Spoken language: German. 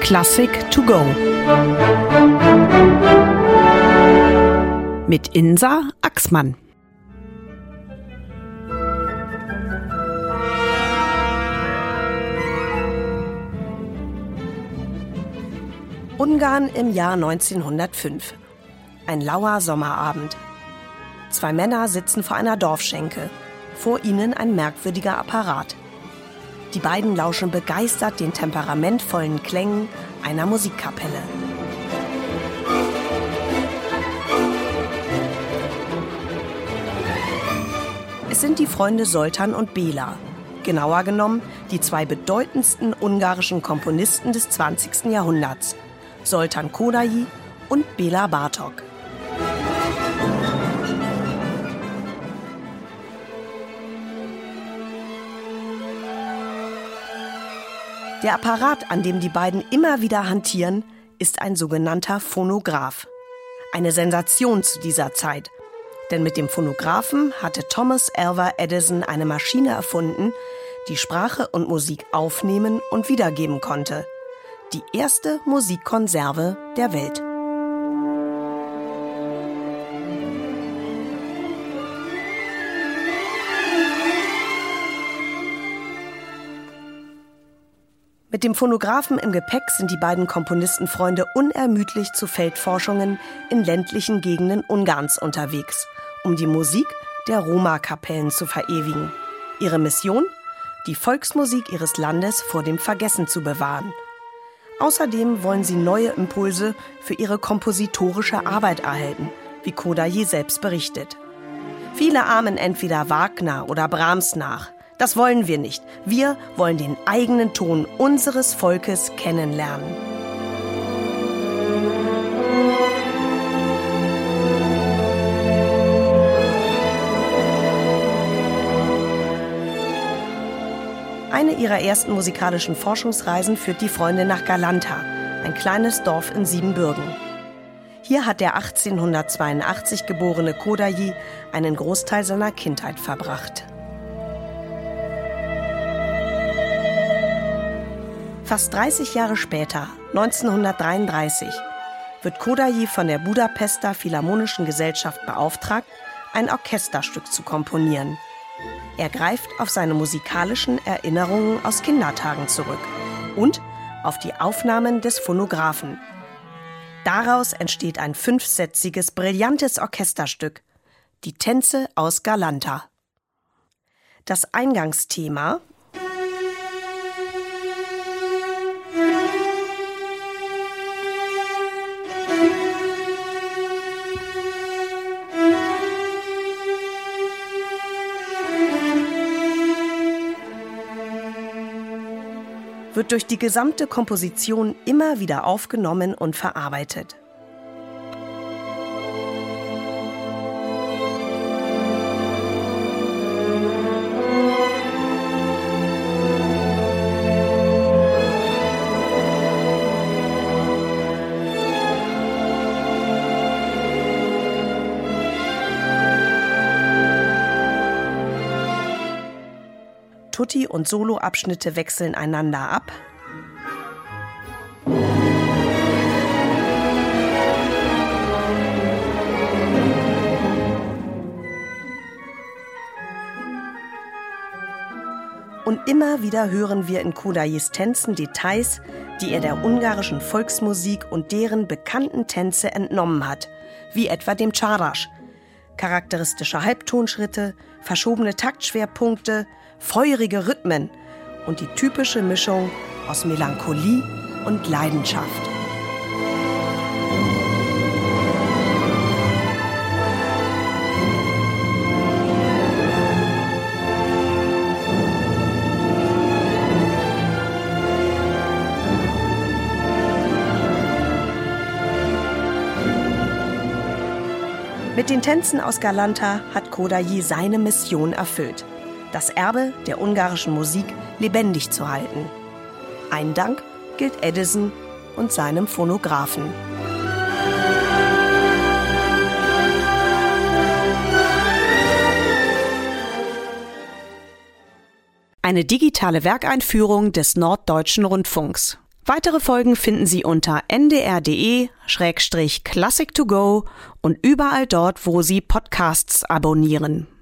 Klassik to go. Mit Insa Axmann. Ungarn im Jahr 1905. Ein lauer Sommerabend. Zwei Männer sitzen vor einer Dorfschenke. Vor ihnen ein merkwürdiger Apparat. Die beiden lauschen begeistert den temperamentvollen Klängen einer Musikkapelle. Es sind die Freunde Zoltán und Béla. Genauer genommen die zwei bedeutendsten ungarischen Komponisten des 20. Jahrhunderts. Zoltán Kodály und Béla Bartók. Der Apparat, an dem die beiden immer wieder hantieren, ist ein sogenannter Phonograph. Eine Sensation zu dieser Zeit. Denn mit dem Phonographen hatte Thomas Alva Edison eine Maschine erfunden, die Sprache und Musik aufnehmen und wiedergeben konnte. Die erste Musikkonserve der Welt. Mit dem Phonographen im Gepäck sind die beiden Komponistenfreunde unermüdlich zu Feldforschungen in ländlichen Gegenden Ungarns unterwegs, um die Musik der Roma-Kapellen zu verewigen. Ihre Mission? Die Volksmusik ihres Landes vor dem Vergessen zu bewahren. Außerdem wollen sie neue Impulse für ihre kompositorische Arbeit erhalten, wie Kodály selbst berichtet. Viele ahmen entweder Wagner oder Brahms nach. Das wollen wir nicht. Wir wollen den eigenen Ton unseres Volkes kennenlernen. Eine ihrer ersten musikalischen Forschungsreisen führt die Freunde nach Galanta, ein kleines Dorf in Siebenbürgen. Hier hat der 1882 geborene Kodály einen Großteil seiner Kindheit verbracht. Fast 30 Jahre später, 1933, wird Kodály von der Budapester Philharmonischen Gesellschaft beauftragt, ein Orchesterstück zu komponieren. Er greift auf seine musikalischen Erinnerungen aus Kindertagen zurück und auf die Aufnahmen des Phonographen. Daraus entsteht ein 5-sätziges, brillantes Orchesterstück, die Tänze aus Galanta. Das Eingangsthema wird durch die gesamte Komposition immer wieder aufgenommen und verarbeitet. Tutti- und Soloabschnitte wechseln einander ab. Und immer wieder hören wir in Kodálys Tänzen Details, die er der ungarischen Volksmusik und deren bekannten Tänze entnommen hat, wie etwa dem Csárdás. Charakteristische Halbtonschritte, verschobene Taktschwerpunkte, feurige Rhythmen und die typische Mischung aus Melancholie und Leidenschaft. Mit den Tänzen aus Galanta hat Kodály seine Mission erfüllt, das Erbe der ungarischen Musik lebendig zu halten. Ein Dank gilt Edison und seinem Phonographen. Eine digitale Werkeinführung des Norddeutschen Rundfunks. Weitere Folgen finden Sie unter ndr.de/classic2go und überall dort, wo Sie Podcasts abonnieren.